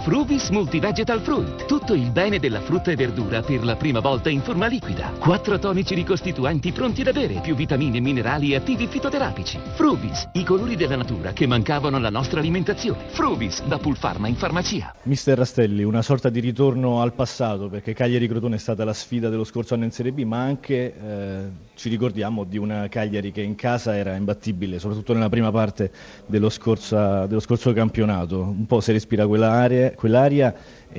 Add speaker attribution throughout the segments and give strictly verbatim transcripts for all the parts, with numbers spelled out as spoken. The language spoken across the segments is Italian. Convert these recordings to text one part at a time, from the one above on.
Speaker 1: Fruvis Multivegetal Fruit. Tutto il bene della frutta e verdura per la prima volta in forma liquida. Quattro tonici ricostituenti pronti da bere, più vitamine, minerali e attivi fitoterapici. Fruvis, i colori della natura che mancavano alla nostra alimentazione. Fruvis, da Pulpharma in farmacia.
Speaker 2: Mister Rastelli, una sorta di ritorno al passato, perché Cagliari-Crotone è stata la sfida dello scorso anno in Serie B, ma anche eh, ci ricordiamo di una Cagliari che in casa era imbattibile, soprattutto nella prima parte dello, scorsa, dello scorso campionato. Un po' si respira quell'aria, quell'aria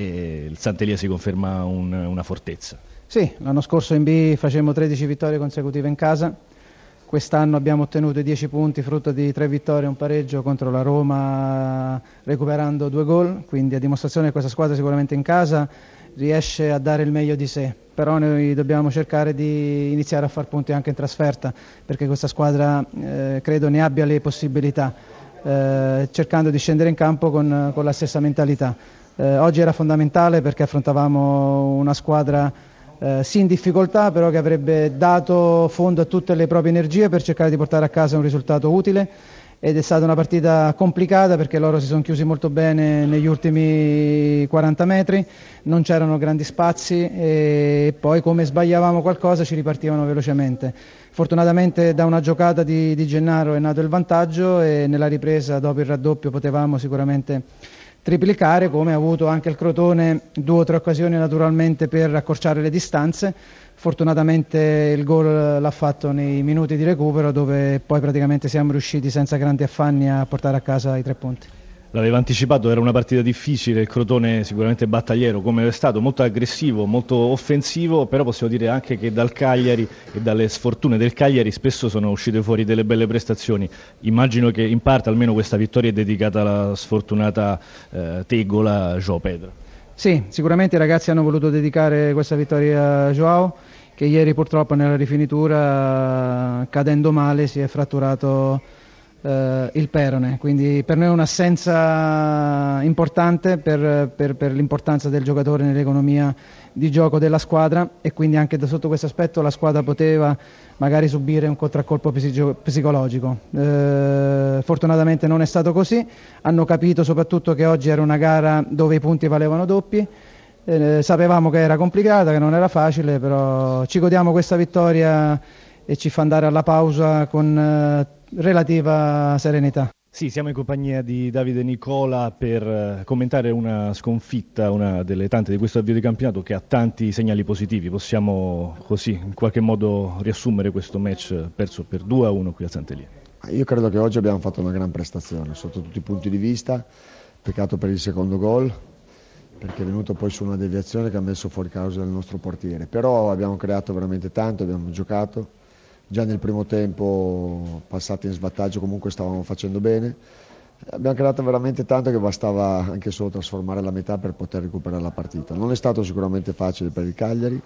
Speaker 2: e il Sant'Elia si conferma un, una fortezza.
Speaker 3: Sì, l'anno scorso in B facemmo tredici vittorie consecutive in casa, quest'anno abbiamo ottenuto dieci punti frutto di tre vittorie e un pareggio contro la Roma, recuperando due gol, quindi a dimostrazione che questa squadra sicuramente in casa riesce a dare il meglio di sé, però noi dobbiamo cercare di iniziare a far punti anche in trasferta, perché questa squadra eh, credo ne abbia le possibilità, eh, cercando di scendere in campo con, con la stessa mentalità. Eh, oggi era fondamentale perché affrontavamo una squadra eh, sì in difficoltà, però che avrebbe dato fondo a tutte le proprie energie per cercare di portare a casa un risultato utile, ed è stata una partita complicata perché loro si sono chiusi molto bene negli ultimi quaranta metri, non c'erano grandi spazi e poi come sbagliavamo qualcosa ci ripartivano velocemente. Fortunatamente da una giocata di, di Gennaro è nato il vantaggio e nella ripresa dopo il raddoppio potevamo sicuramente triplicare, come ha avuto anche il Crotone due o tre occasioni naturalmente per accorciare le distanze. Fortunatamente il gol l'ha fatto nei minuti di recupero, dove poi praticamente siamo riusciti senza grandi affanni a portare a casa i tre punti.
Speaker 2: L'aveva anticipato, era una partita difficile, il Crotone sicuramente battagliero, come è stato, molto aggressivo, molto offensivo, però possiamo dire anche che dal Cagliari e dalle sfortune del Cagliari spesso sono uscite fuori delle belle prestazioni. Immagino che in parte almeno questa vittoria è dedicata alla sfortunata eh, tegola João Pedro.
Speaker 3: Sì, sicuramente i ragazzi hanno voluto dedicare questa vittoria a João, che ieri purtroppo nella rifinitura, cadendo male, si è fratturato eh, il perone, quindi per noi è un'assenza importante per, per, per l'importanza del giocatore nell'economia di gioco della squadra, e quindi anche da sotto questo aspetto la squadra poteva magari subire un contraccolpo psicologico. Eh, fortunatamente non è stato così, hanno capito soprattutto che oggi era una gara dove i punti valevano doppi. Eh, sapevamo che era complicata, che non era facile, però ci godiamo questa vittoria e ci fa andare alla pausa con eh, relativa serenità.
Speaker 2: Sì, siamo in compagnia di Davide Nicola per commentare una sconfitta, una delle tante di questo avvio di campionato che ha tanti segnali positivi. Possiamo così in qualche modo riassumere questo match perso per due a uno qui a Sant'Elia?
Speaker 4: Io credo che oggi abbiamo fatto una gran prestazione sotto tutti i punti di vista, peccato per il secondo gol, perché è venuto poi su una deviazione che ha messo fuori causa il nostro portiere, però abbiamo creato veramente tanto, abbiamo giocato, già nel primo tempo passati in svantaggio comunque stavamo facendo bene, abbiamo creato veramente tanto che bastava anche solo trasformare la metà per poter recuperare la partita. Non è stato sicuramente facile per il Cagliari,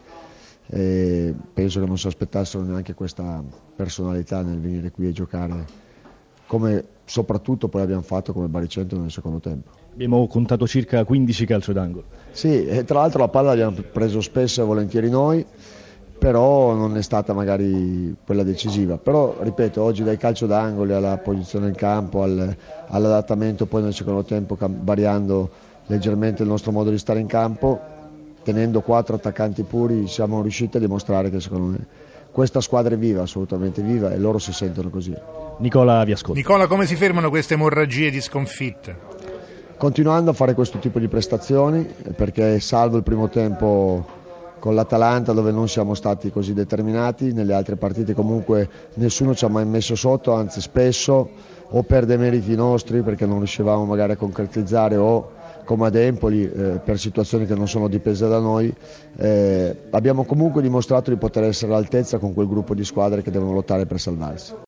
Speaker 4: e penso che non si aspettassero neanche questa personalità nel venire qui a giocare, come soprattutto poi abbiamo fatto come Baricentro nel secondo tempo.
Speaker 2: Abbiamo contato circa quindici calcio d'angolo.
Speaker 4: Sì, e tra l'altro la palla l'abbiamo preso spesso e volentieri noi, però non è stata magari quella decisiva. Però ripeto, oggi dai calcio d'angolo alla posizione in campo, al, all'adattamento poi nel secondo tempo, variando leggermente il nostro modo di stare in campo, tenendo quattro attaccanti puri, siamo riusciti a dimostrare che secondo me questa squadra è viva, assolutamente viva, e loro si sentono così.
Speaker 2: Nicola, vi ascolto.
Speaker 5: Nicola, come si fermano queste emorragie di sconfitte?
Speaker 4: Continuando a fare questo tipo di prestazioni, perché salvo il primo tempo con l'Atalanta dove non siamo stati così determinati, nelle altre partite comunque nessuno ci ha mai messo sotto, anzi spesso o per demeriti nostri perché non riuscivamo magari a concretizzare, o come ad Empoli eh, per situazioni che non sono dipese da noi, eh, abbiamo comunque dimostrato di poter essere all'altezza con quel gruppo di squadre che devono lottare per salvarsi.